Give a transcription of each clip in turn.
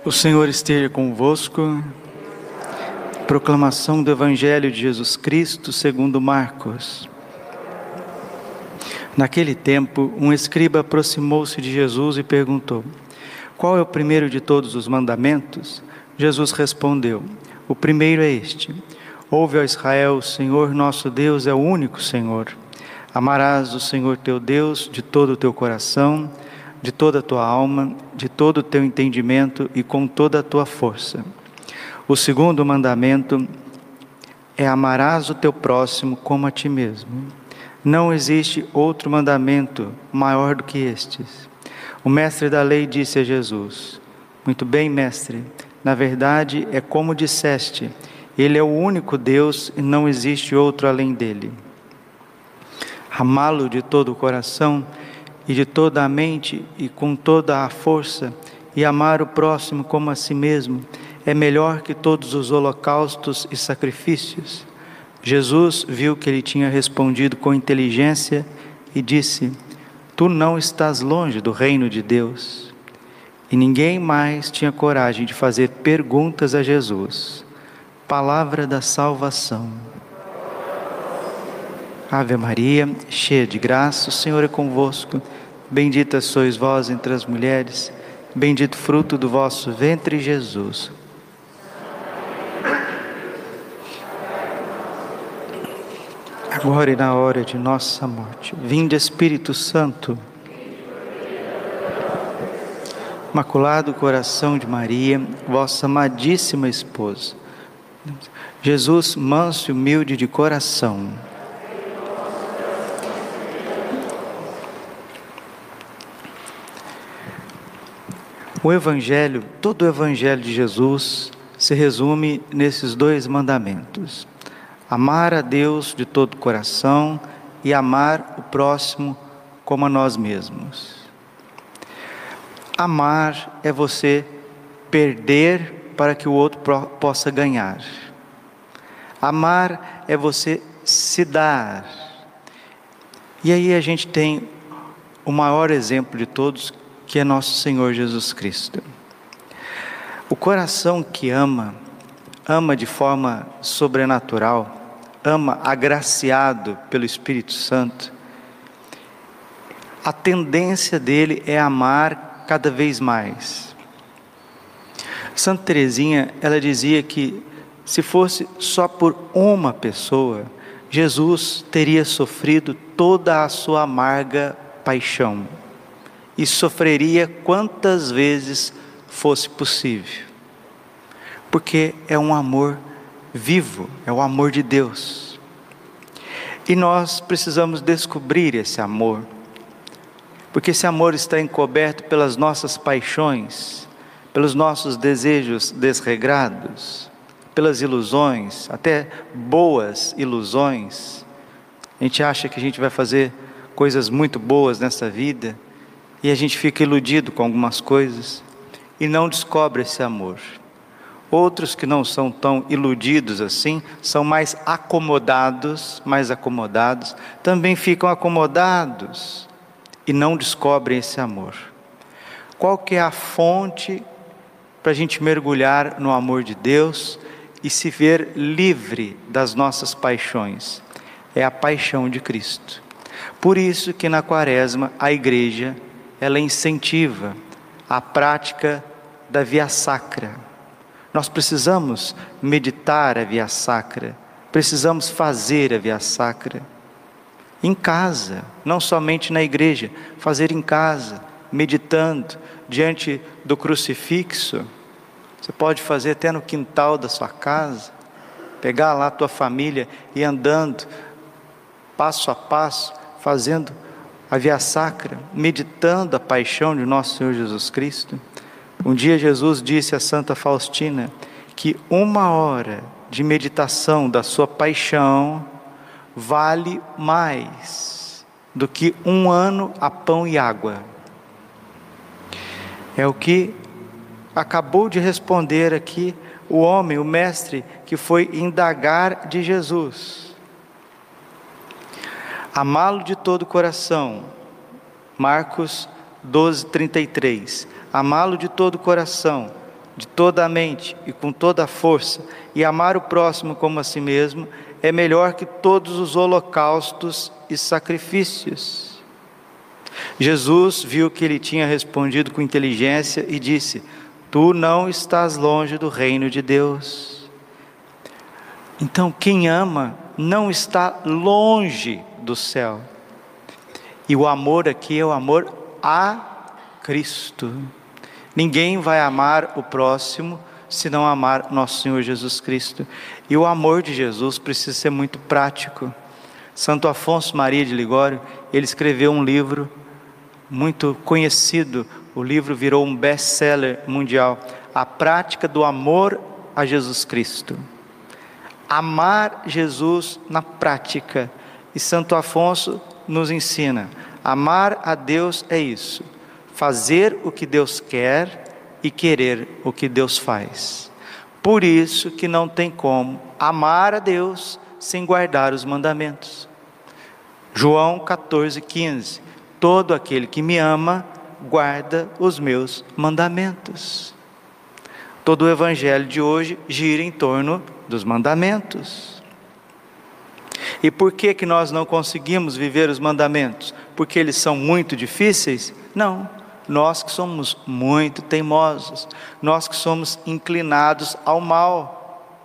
O Senhor esteja convosco. Proclamação do Evangelho de Jesus Cristo segundo Marcos. Naquele tempo, um escriba aproximou-se de Jesus e perguntou: qual é o primeiro de todos os mandamentos? Jesus respondeu: o primeiro é este: ouve, ó Israel, o Senhor nosso Deus é o único Senhor. Amarás o Senhor teu Deus de todo o teu coração, de toda a tua alma, de todo o teu entendimento e com toda a tua força. O segundo mandamento é: amarás o teu próximo como a ti mesmo. Não existe outro mandamento maior do que estes. O mestre da lei disse a Jesus: muito bem, mestre, na verdade é como disseste, Ele é o único Deus e não existe outro além dele. Amá-lo de todo o coração e de toda a mente e com toda a força, e amar o próximo como a si mesmo, é melhor que todos os holocaustos e sacrifícios. Jesus viu que ele tinha respondido com inteligência e disse: tu não estás longe do reino de Deus. E ninguém mais tinha coragem de fazer perguntas a Jesus. Palavra da salvação. Ave Maria, cheia de graça, o Senhor é convosco. Bendita sois vós entre as mulheres, bendito fruto do vosso ventre, Jesus. Agora e na hora de nossa morte. Vinde, Espírito Santo. Imaculado coração de Maria, vossa amadíssima esposa. Jesus, manso e humilde de coração. O Evangelho, todo o Evangelho de Jesus se resume nesses dois mandamentos: amar a Deus de todo o coração e amar o próximo como a nós mesmos. Amar é você perder para que o outro possa ganhar. Amar é você se dar. E aí a gente tem o maior exemplo de todos, que é nosso Senhor Jesus Cristo. O coração que ama, ama de forma sobrenatural, ama agraciado pelo Espírito Santo. A tendência dele é amar cada vez mais. Santa Teresinha, ela dizia que se fosse só por uma pessoa, Jesus teria sofrido toda a sua amarga paixão. E sofreria quantas vezes fosse possível. Porque é um amor vivo, é o amor de Deus. E nós precisamos descobrir esse amor. Porque esse amor está encoberto pelas nossas paixões, pelos nossos desejos desregrados, pelas ilusões, até boas ilusões. A gente acha que a gente vai fazer coisas muito boas nessa vida, e a gente fica iludido com algumas coisas e não descobre esse amor. Outros que não são tão iludidos assim, são mais acomodados, também ficam acomodados e não descobrem esse amor. Qual que é a fonte para a gente mergulhar no amor de Deus e se ver livre das nossas paixões? É a paixão de Cristo. Por isso que na Quaresma a Igreja, ela incentiva a prática da via sacra. Nós precisamos meditar a via sacra, precisamos fazer a via sacra em casa, não somente na igreja, fazer em casa, meditando diante do crucifixo. Você pode fazer até no quintal da sua casa, pegar lá a tua família e andando passo a passo, fazendo a via sacra, meditando a paixão de nosso Senhor Jesus Cristo. Um dia Jesus disse a Santa Faustina que 1 hora de meditação da sua paixão vale mais do que 1 ano a pão e água. É o que acabou de responder aqui o homem, o mestre, que foi indagar de Jesus. Amá-lo de todo o coração, Marcos 12:33. Amá-lo de todo o coração, de toda a mente e com toda a força, e amar o próximo como a si mesmo, é melhor que todos os holocaustos e sacrifícios. Jesus viu que ele tinha respondido com inteligência e disse: tu não estás longe do reino de Deus. Então, quem ama não está longe do céu. E o amor aqui é o amor a Cristo. Ninguém vai amar o próximo se não amar nosso Senhor Jesus Cristo. E o amor de Jesus precisa ser muito prático. Santo Afonso Maria de Ligório, ele escreveu um livro muito conhecido. O livro virou um best-seller mundial. A prática do amor a Jesus Cristo. Amar Jesus na prática. E Santo Afonso nos ensina: amar a Deus é isso, fazer o que Deus quer e querer o que Deus faz. Por isso que não tem como amar a Deus sem guardar os mandamentos. João 14,15: todo aquele que me ama, guarda os meus mandamentos. Todo o evangelho de hoje gira em torno dos mandamentos. E por que nós não conseguimos viver os mandamentos? Porque eles são muito difíceis? Não, nós que somos muito teimosos, nós que somos inclinados ao mal,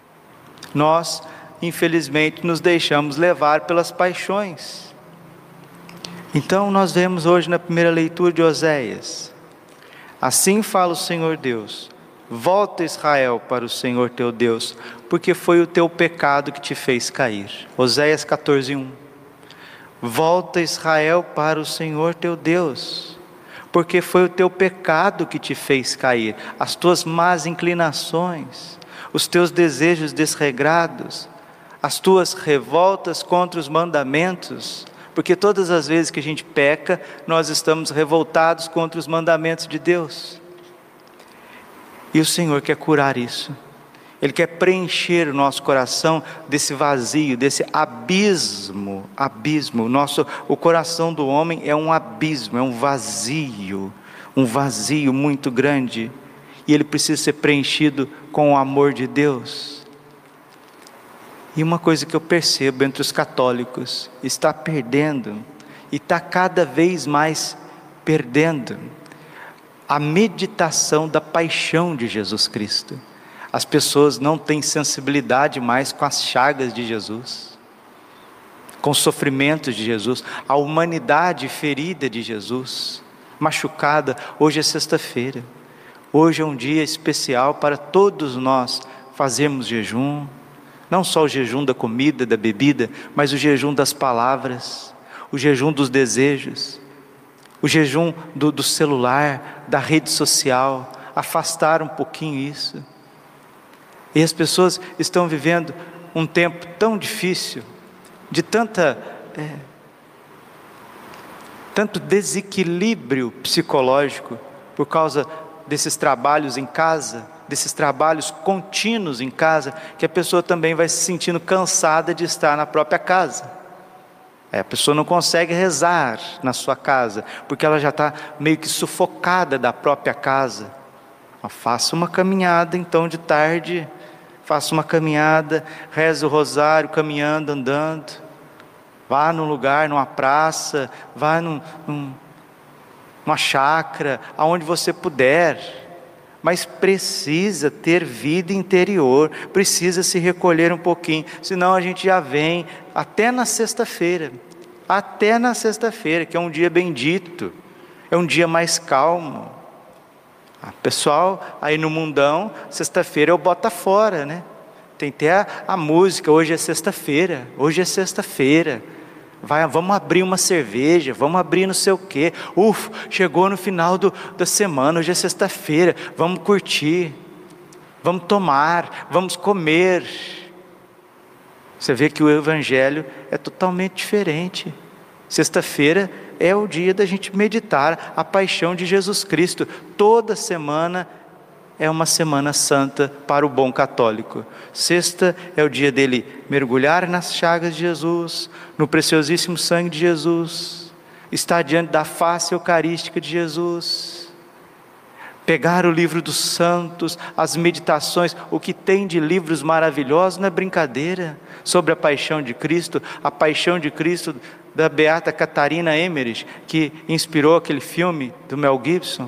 nós infelizmente nos deixamos levar pelas paixões. Então nós vemos hoje na primeira leitura de Oséias: assim fala o Senhor Deus, volta Israel para o Senhor teu Deus, porque foi o teu pecado que te fez cair. Oséias 14:1. Volta Israel para o Senhor teu Deus, porque foi o teu pecado que te fez cair, as tuas más inclinações, os teus desejos desregrados, as tuas revoltas contra os mandamentos, porque todas as vezes que a gente peca, nós estamos revoltados contra os mandamentos de Deus. E o Senhor quer curar isso. Ele quer preencher o nosso coração desse vazio, desse abismo. O coração do homem é um abismo, é um vazio muito grande. E ele precisa ser preenchido com o amor de Deus. E uma coisa que eu percebo entre os católicos, está perdendo, e está cada vez mais perdendo, a meditação da paixão de Jesus Cristo. As pessoas não têm sensibilidade mais com as chagas de Jesus, com os sofrimentos de Jesus, a humanidade ferida de Jesus, machucada. Hoje é sexta-feira, hoje é um dia especial para todos nós fazermos jejum, não só o jejum da comida, da bebida, mas o jejum das palavras, o jejum dos desejos, o jejum do celular, da rede social, afastar um pouquinho isso. E as pessoas estão vivendo um tempo tão difícil, de tanto desequilíbrio psicológico, por causa desses trabalhos em casa, desses trabalhos contínuos em casa, que a pessoa também vai se sentindo cansada de estar na própria casa. A pessoa não consegue rezar na sua casa, porque ela já está meio que sufocada da própria casa. Faça uma caminhada então de tarde, faça uma caminhada, reze o rosário caminhando, andando, vá num lugar, numa praça, vá numa chácara, aonde você puder, mas precisa ter vida interior, precisa se recolher um pouquinho, senão a gente já vem até na sexta-feira, que é um dia bendito, é um dia mais calmo. Pessoal, aí no mundão, sexta-feira é o bota fora, né? Tem até a música, hoje é sexta-feira, vamos abrir uma cerveja, vamos abrir não sei o quê, chegou no final da semana, hoje é sexta-feira, vamos curtir, vamos tomar, vamos comer. Você vê que o evangelho é totalmente diferente. Sexta-feira é o dia da gente meditar a paixão de Jesus Cristo. Toda semana é uma semana santa para o bom católico. Sexta é o dia dele mergulhar nas chagas de Jesus, no preciosíssimo sangue de Jesus, estar diante da face eucarística de Jesus, Pegar o livro dos santos, as meditações, o que tem de livros maravilhosos, não é brincadeira, sobre a paixão de Cristo, da beata Catarina Emmerich, que inspirou aquele filme do Mel Gibson,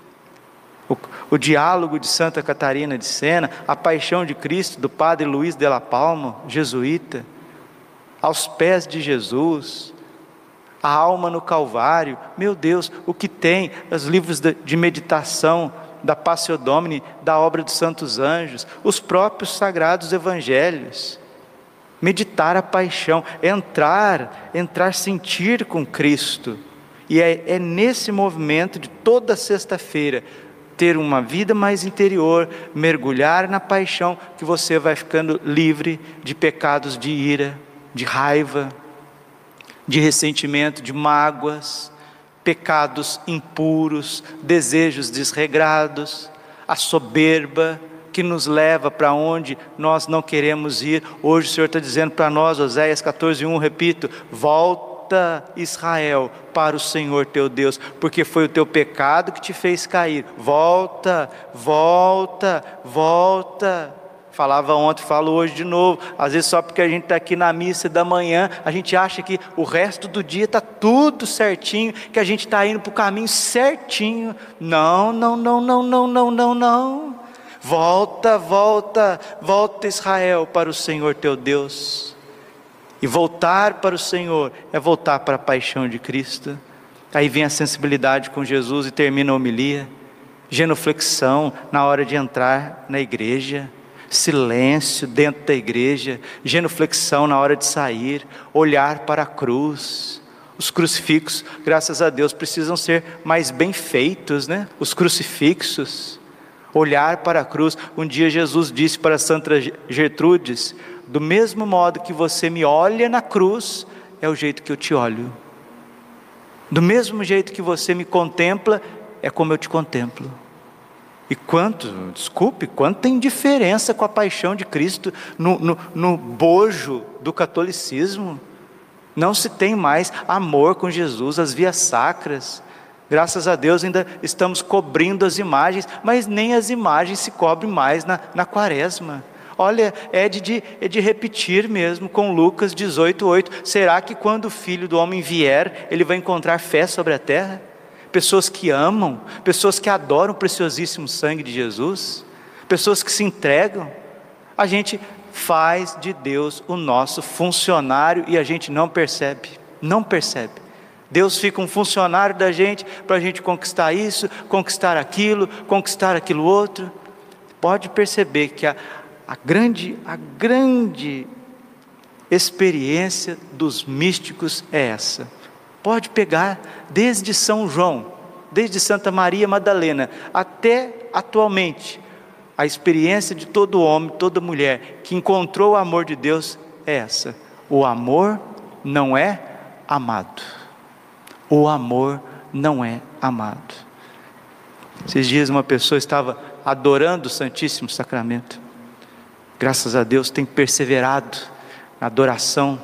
o diálogo de Santa Catarina de Sena, a paixão de Cristo, do padre Luiz de la Palma, jesuíta, aos pés de Jesus, a alma no Calvário, meu Deus, o que tem, os livros de meditação, da Passio Domini, da obra dos santos anjos, os próprios sagrados evangelhos, meditar a paixão, entrar, sentir com Cristo, e é nesse movimento de toda sexta-feira, ter uma vida mais interior, mergulhar na paixão, que você vai ficando livre de pecados de ira, de raiva, de ressentimento, de mágoas, pecados impuros, desejos desregrados, a soberba que nos leva para onde nós não queremos ir. Hoje o Senhor está dizendo para nós, Oséias 14:1, repito, volta Israel para o Senhor teu Deus, porque foi o teu pecado que te fez cair. Volta, volta, volta. Falava ontem, falo hoje de novo. Às vezes só porque a gente está aqui na missa da manhã, a gente acha que o resto do dia está tudo certinho, que a gente está indo para o caminho certinho. Não, não, não, não, não, não, não, não. Volta, volta, volta Israel para o Senhor teu Deus. E voltar para o Senhor é voltar para a paixão de Cristo. Aí vem a sensibilidade com Jesus e termina a homilia. Genuflexão na hora de entrar na igreja. Silêncio dentro da igreja, genuflexão na hora de sair, olhar para a cruz. Os crucifixos, graças a Deus, precisam ser mais bem feitos, né? Os crucifixos, olhar para a cruz. Um dia Jesus disse para Santa Gertrudes, do mesmo modo que você me olha na cruz, é o jeito que eu te olho. Do mesmo jeito que você me contempla, é como eu te contemplo. E quanto tem diferença com a paixão de Cristo no bojo do catolicismo. Não se tem mais amor com Jesus, as vias sacras. Graças a Deus ainda estamos cobrindo as imagens, mas nem as imagens se cobrem mais na quaresma. Olha, é de repetir mesmo com Lucas 18:8. Será que quando o Filho do Homem vier, ele vai encontrar fé sobre a terra? Pessoas que amam, pessoas que adoram o preciosíssimo sangue de Jesus, pessoas que se entregam. A gente faz de Deus o nosso funcionário e a gente não percebe. Deus fica um funcionário da gente para a gente conquistar isso, conquistar aquilo outro. Pode perceber que a grande experiência dos místicos é essa. Pode pegar desde São João, desde Santa Maria Madalena, até atualmente, a experiência de todo homem, toda mulher, que encontrou o amor de Deus é essa. O amor não é amado. O amor não é amado. Esses dias uma pessoa estava adorando o Santíssimo Sacramento. Graças a Deus tem perseverado na adoração.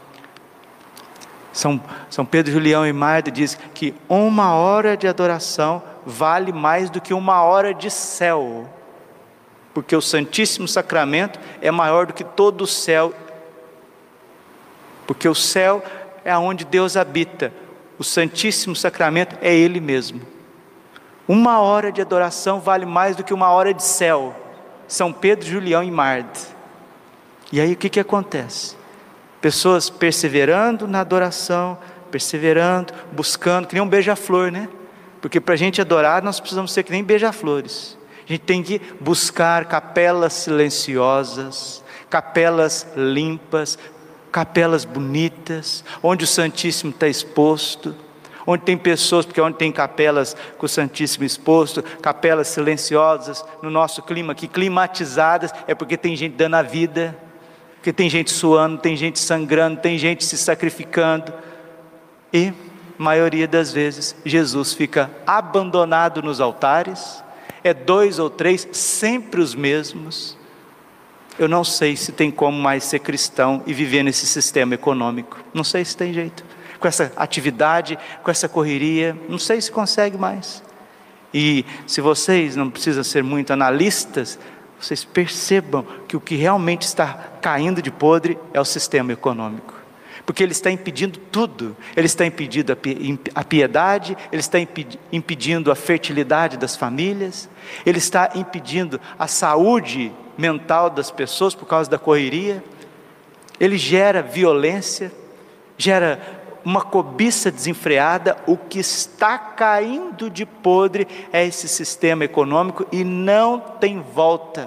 São Pedro, Julião e Marta diz que 1 hora de adoração vale mais do que 1 hora de céu, porque o Santíssimo Sacramento é maior do que todo o céu, porque o céu é onde Deus habita, o Santíssimo Sacramento é Ele mesmo. 1 hora de adoração vale mais do que 1 hora de céu. São Pedro, Julião e Marta. E aí o que acontece? Pessoas perseverando na adoração, buscando, que nem um beija-flor, né? Porque para a gente adorar, nós precisamos ser que nem beija-flores. A gente tem que buscar capelas silenciosas, capelas limpas, capelas bonitas, onde o Santíssimo está exposto, onde tem pessoas, porque onde tem capelas com o Santíssimo exposto, capelas silenciosas, no nosso clima aqui, climatizadas, é porque tem gente dando a vida, porque tem gente suando, tem gente sangrando, tem gente se sacrificando, e, maioria das vezes, Jesus fica abandonado nos altares, é 2 ou 3, sempre os mesmos. Eu não sei se tem como mais ser cristão e viver nesse sistema econômico, não sei se tem jeito, com essa atividade, com essa correria, não sei se consegue mais. E se vocês não precisam ser muito analistas, vocês percebam que o que realmente está caindo de podre é o sistema econômico. Porque ele está impedindo tudo. Ele está impedindo a piedade, ele está impedindo a fertilidade das famílias, ele está impedindo a saúde mental das pessoas por causa da correria. Ele gera violência, gera uma cobiça desenfreada. O que está caindo de podre é esse sistema econômico e não tem volta,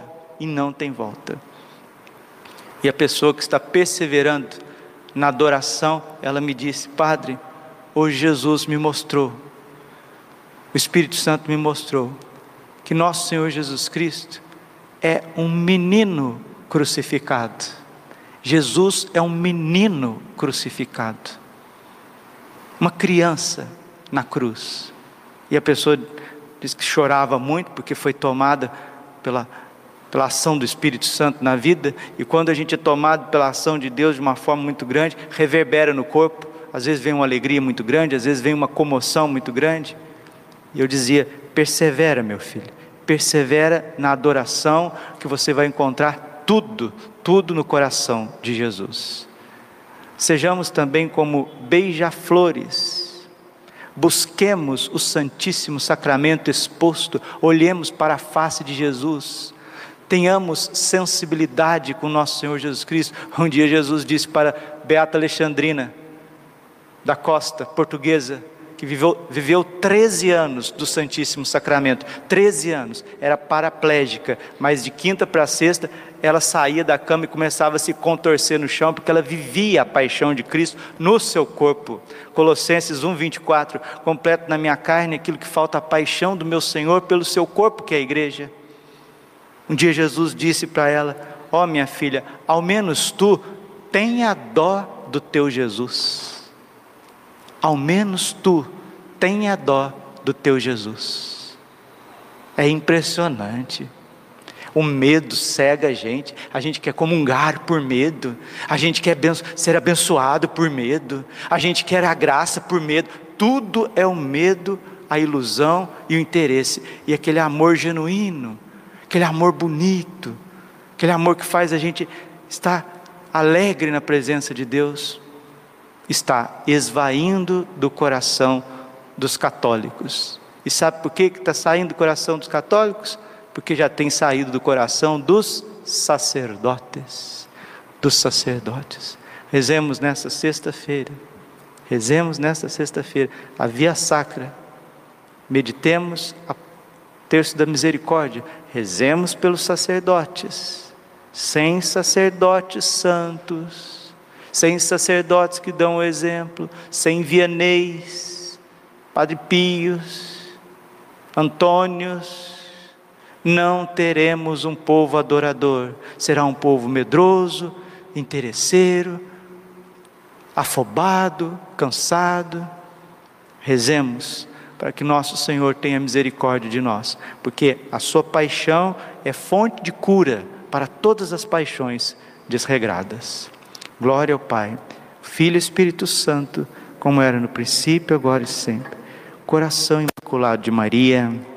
E a pessoa que está perseverando na adoração, ela me disse: Padre, hoje Jesus me mostrou, o Espírito Santo me mostrou, que nosso Senhor Jesus Cristo é um menino crucificado. Jesus é um menino crucificado, uma criança na cruz. E a pessoa disse que chorava muito, porque foi tomada pela ação do Espírito Santo na vida, e quando a gente é tomado pela ação de Deus de uma forma muito grande, reverbera no corpo. Às vezes vem uma alegria muito grande, às vezes vem uma comoção muito grande. E eu dizia: persevera, meu filho, persevera na adoração, que você vai encontrar tudo no coração de Jesus. Sejamos também como beija-flores, busquemos o Santíssimo Sacramento exposto, olhemos para a face de Jesus, tenhamos sensibilidade com nosso Senhor Jesus Cristo. Um dia Jesus disse para Beata Alexandrina da Costa, portuguesa, que viveu 13 anos do Santíssimo Sacramento, 13 anos, era paraplégica, mas de quinta para sexta ela saía da cama e começava a se contorcer no chão, porque ela vivia a paixão de Cristo no seu corpo. Colossenses 1:24, completo na minha carne aquilo que falta, a paixão do meu Senhor pelo seu corpo, que é a igreja. Um dia Jesus disse para ela: ó minha filha, ao menos tu tenha dó do teu Jesus. Ao menos tu tenha dó do teu Jesus. É impressionante. O medo cega a gente quer comungar por medo, a gente quer ser abençoado por medo, a gente quer a graça por medo. Tudo é o medo, a ilusão e o interesse. E aquele amor genuíno, aquele amor bonito, aquele amor que faz a gente estar alegre na presença de Deus, está esvaindo do coração dos católicos. E sabe por que está saindo do coração dos católicos? Porque já tem saído do coração dos sacerdotes. Rezemos nessa sexta-feira a Via Sacra, meditemos a Terço da Misericórdia, rezemos pelos sacerdotes. Sem sacerdotes santos, sem sacerdotes que dão o exemplo, sem Vianeis, Padre Pios, Antônios, não teremos um povo adorador. Será um povo medroso, interesseiro, afobado, cansado. Rezemos para que nosso Senhor tenha misericórdia de nós, porque a sua paixão é fonte de cura para todas as paixões desregradas. Glória ao Pai, Filho e Espírito Santo, como era no princípio, agora e sempre. Coração Imaculado de Maria,